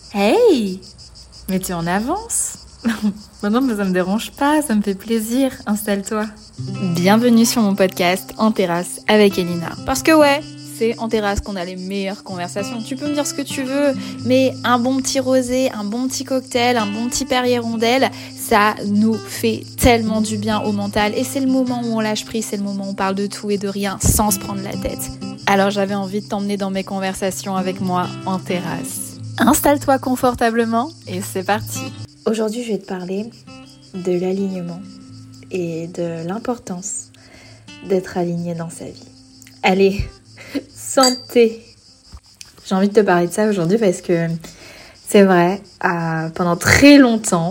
Hey! Mais tu es en avance? Non, mais ça me dérange pas, ça me fait plaisir. Installe-toi. Bienvenue sur mon podcast En Terrasse avec Elina. Parce que ouais, c'est en terrasse qu'on a les meilleures conversations. Tu peux me dire ce que tu veux, mais un bon petit rosé, un bon petit cocktail, un bon petit Perrier Rondelle, ça nous fait tellement du bien au mental. Et c'est le moment où on lâche prise, c'est le moment où on parle de tout et de rien sans se prendre la tête. Alors j'avais envie de t'emmener dans mes conversations avec moi en terrasse. Installe-toi confortablement et c'est parti. Aujourd'hui, je vais te parler de l'alignement et de l'importance d'être aligné dans sa vie. Allez, santé! J'ai envie de te parler de ça aujourd'hui parce que c'est vrai, pendant très longtemps,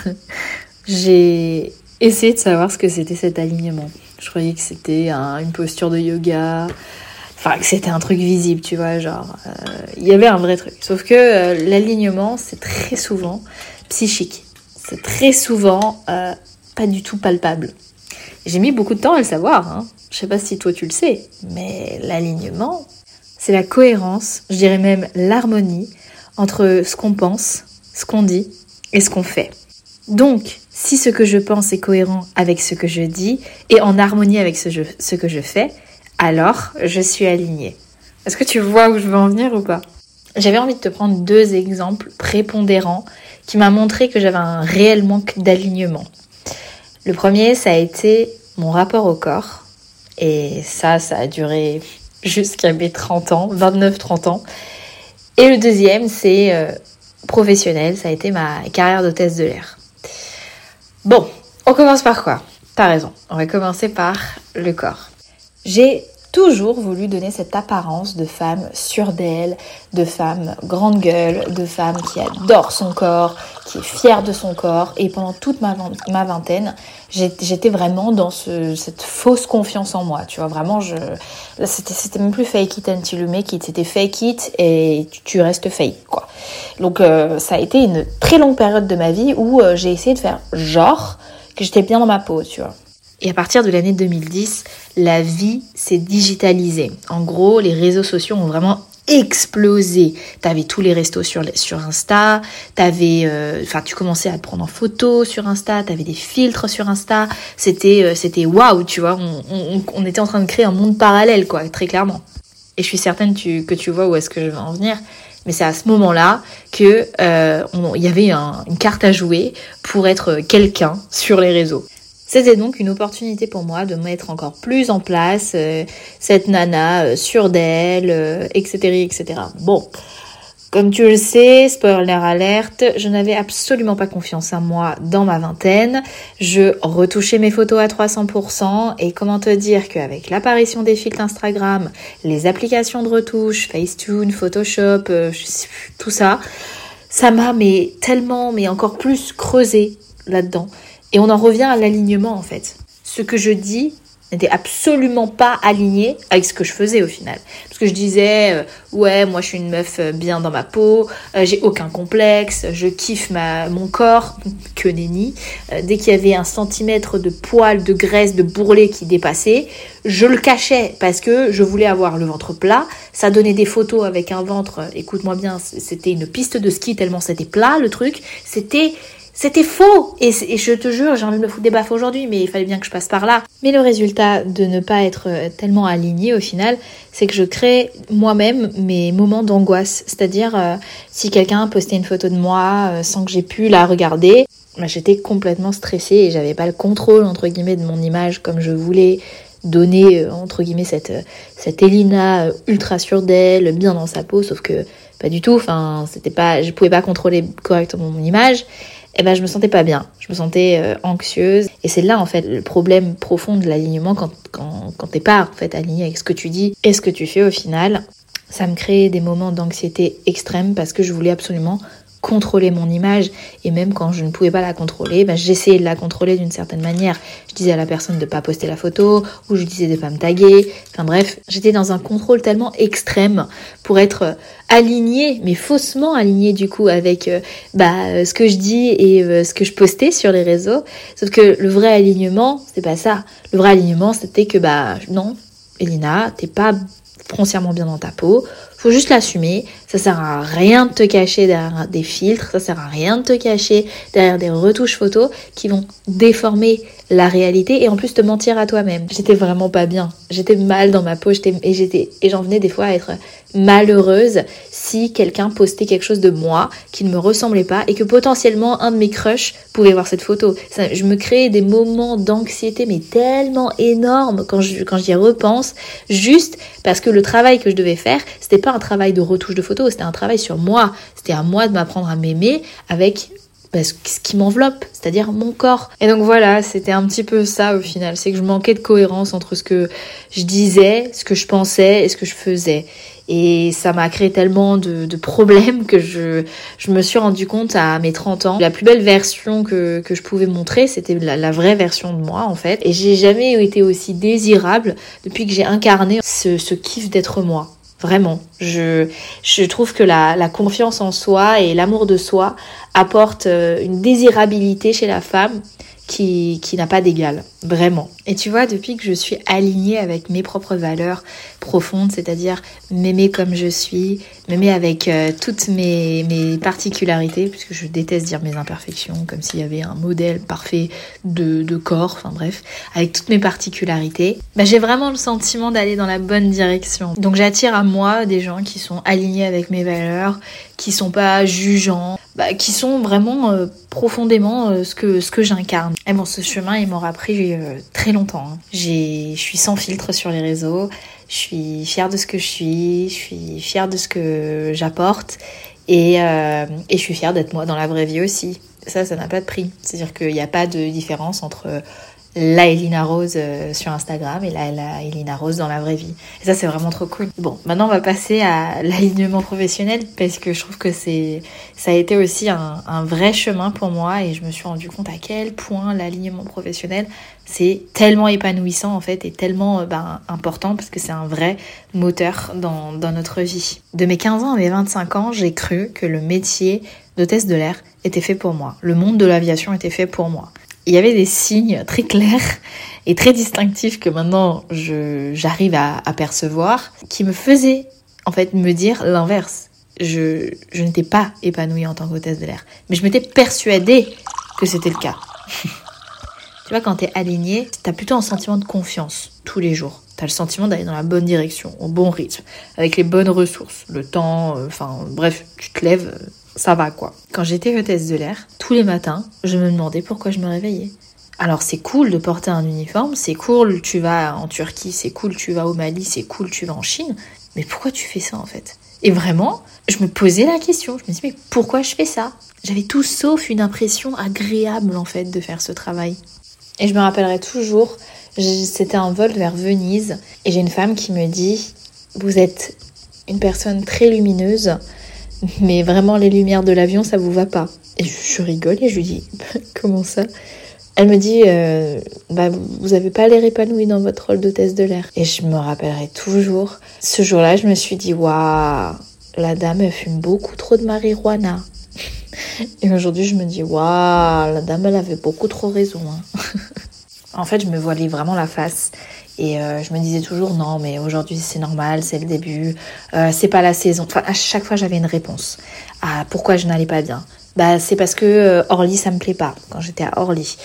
j'ai essayé de savoir ce que c'était cet alignement. Je croyais que c'était une posture de yoga, enfin que c'était un truc visible, tu vois, genre il y avait un vrai truc. Sauf que l'alignement, c'est très souvent psychique. C'est très souvent pas du tout palpable. J'ai mis beaucoup de temps à le savoir, hein. Je sais pas si toi tu le sais, mais l'alignement, c'est la cohérence, je dirais même l'harmonie entre ce qu'on pense, ce qu'on dit et ce qu'on fait. Donc, si ce que je pense est cohérent avec ce que je dis et en harmonie avec ce que je fais, alors je suis alignée. Est-ce que tu vois où je veux en venir ou pas ? J'avais envie de te prendre 2 exemples prépondérants qui m'ont montré que j'avais un réel manque d'alignement. Le premier, ça a été mon rapport au corps. Et ça a duré jusqu'à mes 30 ans, 29-30 ans. Et le deuxième, c'est professionnel, ça a été ma carrière d'hôtesse de l'air. Bon, on commence par quoi ? T'as raison, on va commencer par le corps. J'ai toujours voulu donner cette apparence de femme sûre d'elle, de femme grande gueule, de femme qui adore son corps, qui est fière de son corps. Et pendant toute ma vingtaine, j'étais vraiment dans cette fausse confiance en moi. Tu vois, vraiment, là, c'était même plus fake it until you make it. C'était fake it et tu restes fake, quoi. Donc, ça a été une très longue période de ma vie où j'ai essayé de faire genre que j'étais bien dans ma peau, tu vois. Et à partir de l'année 2010, la vie s'est digitalisée. En gros, les réseaux sociaux ont vraiment explosé. T'avais tous les restos sur Insta, tu commençais à te prendre en photo sur Insta, t'avais des filtres sur Insta. C'était waouh, tu vois. On était en train de créer un monde parallèle, quoi, très clairement. Et je suis certaine que tu vois où est-ce que je veux en venir. Mais c'est à ce moment-là que il y avait une carte à jouer pour être quelqu'un sur les réseaux. C'était donc une opportunité pour moi de mettre encore plus en place cette nana sûre d'elle, etc., etc. Bon, comme tu le sais, spoiler alerte, je n'avais absolument pas confiance en moi dans ma vingtaine. Je retouchais mes photos à 300% et comment te dire qu'avec l'apparition des filtres Instagram, les applications de retouche, Facetune, Photoshop, tout ça, ça m'a tellement encore plus creusé là-dedans. Et on en revient à l'alignement en fait. Ce que je dis n'était absolument pas aligné avec ce que je faisais au final. Parce que je disais, ouais, moi je suis une meuf bien dans ma peau, j'ai aucun complexe, je kiffe mon corps, que nenni. Dès qu'il y avait 1 centimètre de poil, de graisse, de bourrelet qui dépassait, je le cachais parce que je voulais avoir le ventre plat. Ça donnait des photos avec un ventre, écoute-moi bien, c'était une piste de ski tellement c'était plat le truc. C'était faux et je te jure, j'ai envie de me foutre des baffes aujourd'hui, mais il fallait bien que je passe par là. Mais le résultat de ne pas être tellement alignée au final, c'est que je crée moi-même mes moments d'angoisse. C'est-à-dire, si quelqu'un postait une photo de moi sans que j'ai pu la regarder, j'étais complètement stressée et j'avais pas le contrôle, entre guillemets, de mon image comme je voulais donner, entre guillemets, cette Elina ultra sûre d'elle, bien dans sa peau, sauf que pas du tout, je pouvais pas contrôler correctement mon image. Je me sentais pas bien, je me sentais anxieuse. Et c'est là en fait le problème profond de l'alignement quand t'es pas en fait aligné avec ce que tu dis et ce que tu fais au final. Ça me créait des moments d'anxiété extrême parce que je voulais absolument contrôler mon image et même quand je ne pouvais pas la contrôler, j'essayais de la contrôler d'une certaine manière. Je disais à la personne de pas poster la photo ou je disais de pas me taguer. Enfin bref, j'étais dans un contrôle tellement extrême pour être alignée, mais faussement alignée du coup avec ce que je dis et ce que je postais sur les réseaux. Sauf que le vrai alignement, c'est pas ça. Le vrai alignement, c'était que non, Elina, t'es pas foncièrement bien dans ta peau, faut juste l'assumer. Ça sert à rien de te cacher derrière des filtres, ça sert à rien de te cacher derrière des retouches photos qui vont déformer la réalité et en plus te mentir à toi-même. J'étais vraiment pas bien, j'étais mal dans ma peau, et j'en venais des fois à être malheureuse si quelqu'un postait quelque chose de moi qui ne me ressemblait pas et que potentiellement un de mes crushs pouvait voir cette photo. Je me créais des moments d'anxiété mais tellement énormes quand j'y repense, juste parce que le travail que je devais faire, c'était pas un travail de retouche de photos, c'était un travail sur moi. C'était à moi de m'apprendre à m'aimer avec ce qui m'enveloppe, c'est-à-dire mon corps. Et donc voilà, c'était un petit peu ça au final, c'est que je manquais de cohérence entre ce que je disais, ce que je pensais et ce que je faisais. Et ça m'a créé tellement de problèmes que je me suis rendu compte à mes 30 ans. La plus belle version que je pouvais montrer, c'était la vraie version de moi en fait. Et j'ai jamais été aussi désirable depuis que j'ai incarné ce kiff d'être moi. Vraiment, je trouve que la confiance en soi et l'amour de soi apportent une désirabilité chez la femme qui n'a pas d'égal, vraiment. Et tu vois, depuis que je suis alignée avec mes propres valeurs profondes, c'est-à-dire m'aimer comme je suis, m'aimer avec toutes mes particularités, puisque je déteste dire mes imperfections, comme s'il y avait un modèle parfait de corps, enfin bref, avec toutes mes particularités, j'ai vraiment le sentiment d'aller dans la bonne direction. Donc j'attire à moi des gens qui sont alignés avec mes valeurs, qui sont pas jugeants, qui sont vraiment profondément ce que j'incarne. Et bon, ce chemin, il m'aura pris très longtemps. Hein. Je suis sans filtre sur les réseaux, je suis fière de ce que je suis fière de ce que j'apporte et je suis fière d'être moi dans la vraie vie aussi. Ça n'a pas de prix. C'est-à-dire qu'il n'y a pas de différence entre la Elina Rose sur Instagram et la Elina Rose dans la vraie vie. Et ça, c'est vraiment trop cool. Bon, maintenant, on va passer à l'alignement professionnel parce que je trouve que ça a été aussi un vrai chemin pour moi et je me suis rendu compte à quel point l'alignement professionnel, c'est tellement épanouissant en fait et tellement important parce que c'est un vrai moteur dans notre vie. De mes 15 ans à mes 25 ans, j'ai cru que le métier d'hôtesse de l'air était fait pour moi. Le monde de l'aviation était fait pour moi. Il y avait des signes très clairs et très distinctifs que maintenant j'arrive à percevoir qui me faisaient en fait me dire l'inverse. Je n'étais pas épanouie en tant qu'hôtesse de l'air, mais je m'étais persuadée que c'était le cas. Tu vois, quand t'es alignée, t'as plutôt un sentiment de confiance tous les jours. T'as le sentiment d'aller dans la bonne direction, au bon rythme, avec les bonnes ressources, le temps, bref, tu te lèves, ça va quoi. Quand j'étais hôtesse de l'air, tous les matins, je me demandais pourquoi je me réveillais. Alors c'est cool de porter un uniforme, c'est cool, tu vas en Turquie, c'est cool, tu vas au Mali, c'est cool, tu vas en Chine, mais pourquoi tu fais ça en fait ? Et vraiment, je me posais la question, je me disais mais pourquoi je fais ça ? J'avais tout sauf une impression agréable en fait de faire ce travail. Et je me rappellerai toujours, c'était un vol vers Venise et j'ai une femme qui me dit « Vous êtes une personne très lumineuse, mais vraiment les lumières de l'avion, ça vous va pas. » Et je rigole et je lui dis « Comment ça ?» Elle me dit vous avez pas l'air épanouie dans votre rôle d'hôtesse de l'air. Et je me rappellerai toujours, ce jour-là, je me suis dit « Waouh, la dame, elle fume beaucoup trop de marijuana. » Et aujourd'hui, je me dis, waouh, la dame, elle avait beaucoup trop raison. Hein. En fait, je me voilais vraiment la face. Et je me disais toujours, non, mais aujourd'hui, c'est normal, c'est le début. C'est pas la saison. Enfin, à chaque fois, j'avais une réponse. Ah, pourquoi je n'allais pas bien ? C'est parce que Orly, ça me plaît pas, quand j'étais à Orly.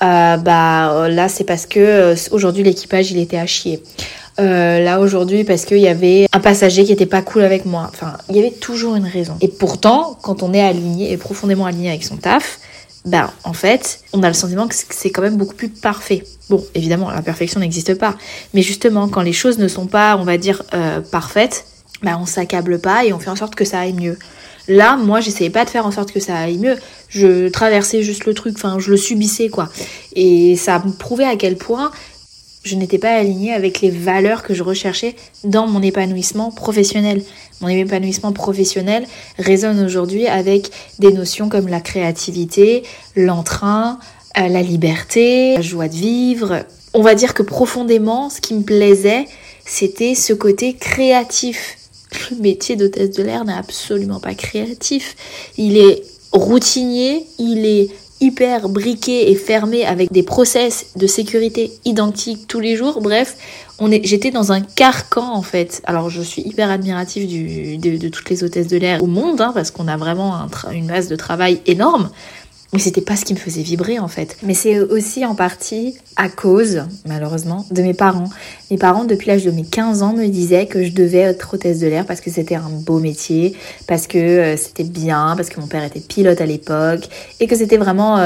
Là, c'est parce que aujourd'hui, l'équipage, il était à chier. Là aujourd'hui parce qu'il y avait un passager qui était pas cool avec moi. Enfin, il y avait toujours une raison. Et pourtant, quand on est aligné et profondément aligné avec son taf, en fait, on a le sentiment que c'est quand même beaucoup plus parfait. Bon, évidemment, la perfection n'existe pas. Mais justement, quand les choses ne sont pas, on va dire, parfaites, on s'accable pas et on fait en sorte que ça aille mieux. Là, moi, j'essayais pas de faire en sorte que ça aille mieux. Je traversais juste le truc, je le subissais, quoi. Et ça me prouvait à quel point je n'étais pas alignée avec les valeurs que je recherchais dans mon épanouissement professionnel. Mon épanouissement professionnel résonne aujourd'hui avec des notions comme la créativité, l'entrain, la liberté, la joie de vivre. On va dire que profondément, ce qui me plaisait, c'était ce côté créatif. Le métier d'hôtesse de l'air n'est absolument pas créatif. Il est routinier, il est hyper briqué et fermé avec des process de sécurité identiques tous les jours. Bref, j'étais dans un carcan en fait. Alors je suis hyper admirative de toutes les hôtesses de l'air au monde, hein, parce qu'on a vraiment une masse de travail énorme. Mais c'était pas ce qui me faisait vibrer en fait. Mais c'est aussi en partie à cause, malheureusement, de mes parents. Mes parents, depuis l'âge de mes 15 ans, me disaient que je devais être hôtesse de l'air parce que c'était un beau métier, parce que c'était bien, parce que mon père était pilote à l'époque, et que c'était vraiment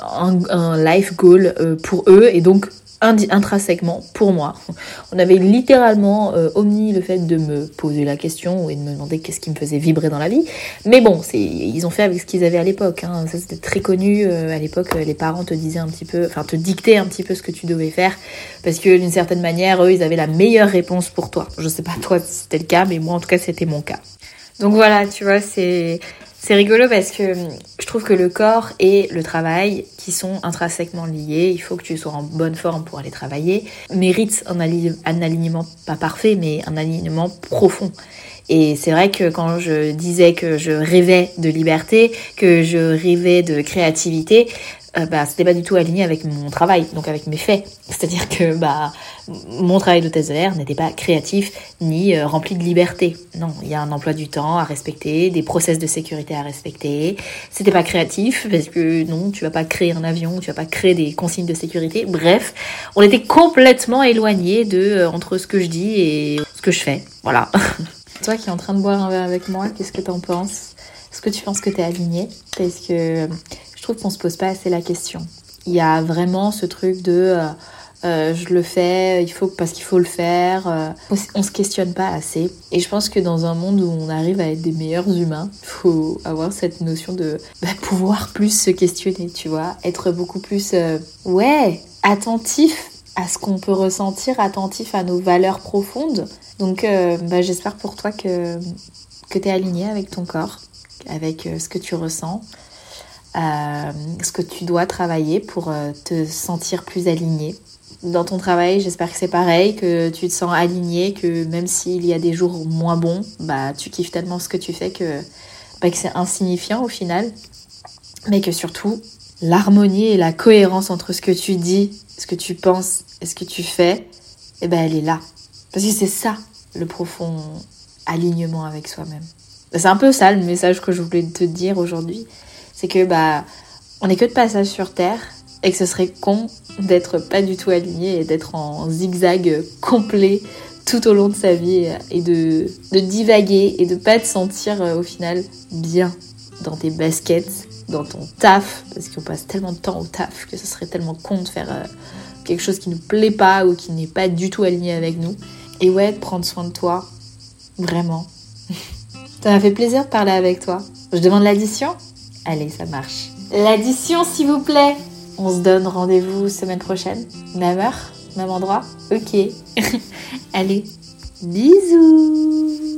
un life goal pour eux, et donc intrinsèquement pour moi. On avait littéralement omis le fait de me poser la question et de me demander qu'est-ce qui me faisait vibrer dans la vie. Mais bon, ils ont fait avec ce qu'ils avaient à l'époque, hein. Ça c'était très connu. À l'époque, les parents te disaient te dictaient un petit peu ce que tu devais faire, parce que d'une certaine manière, eux, ils avaient la meilleure réponse pour toi. Je sais pas toi si c'était le cas, mais moi en tout cas c'était mon cas. Donc voilà, tu vois, c'est rigolo parce que je trouve que le corps et le travail, qui sont intrinsèquement liés, il faut que tu sois en bonne forme pour aller travailler, méritent un alignement pas parfait, mais un alignement profond. Et c'est vrai que quand je disais que je rêvais de liberté, que je rêvais de créativité, c'était pas du tout aligné avec mon travail, donc avec mes faits. C'est-à-dire que mon travail d'hôtesse de l'air n'était pas créatif ni rempli de liberté. Non, il y a un emploi du temps à respecter, des process de sécurité à respecter. C'était pas créatif parce que non, tu vas pas créer un avion, tu vas pas créer des consignes de sécurité. Bref, on était complètement éloignés entre ce que je dis et ce que je fais. Voilà. Toi qui es en train de boire un verre avec moi, qu'est-ce que t'en penses ? Est-ce que tu penses que t'es aligné ? Parce que je trouve qu'on se pose pas assez la question. Il y a vraiment ce truc de je le fais, parce qu'il faut le faire. On se questionne pas assez. Et je pense que dans un monde où on arrive à être des meilleurs humains, il faut avoir cette notion de pouvoir plus se questionner, tu vois. Être beaucoup plus attentif à ce qu'on peut ressentir, attentif à nos valeurs profondes. Donc j'espère pour toi que t'es aligné avec ton corps, avec ce que tu ressens, ce que tu dois travailler pour te sentir plus aligné. Dans ton travail, j'espère que c'est pareil, que tu te sens aligné, que même s'il y a des jours moins bons, tu kiffes tellement ce que tu fais que c'est insignifiant au final. Mais que surtout, l'harmonie et la cohérence entre ce que tu dis, ce que tu penses et ce que tu fais, elle est là. Parce que c'est ça, le profond alignement avec soi-même. C'est un peu ça le message que je voulais te dire aujourd'hui. C'est que on n'est que de passage sur Terre et que ce serait con d'être pas du tout aligné et d'être en zigzag complet tout au long de sa vie et de divaguer et de pas te sentir au final bien dans tes baskets, dans ton taf, parce qu'on passe tellement de temps au taf que ce serait tellement con de faire quelque chose qui nous plaît pas ou qui n'est pas du tout aligné avec nous. Et de prendre soin de toi, vraiment. Ça m'a fait plaisir de parler avec toi. Je demande l'addition ? Allez, ça marche. L'addition, s'il vous plaît. On se donne rendez-vous semaine prochaine. Même heure, même endroit. Ok. Allez, bisous.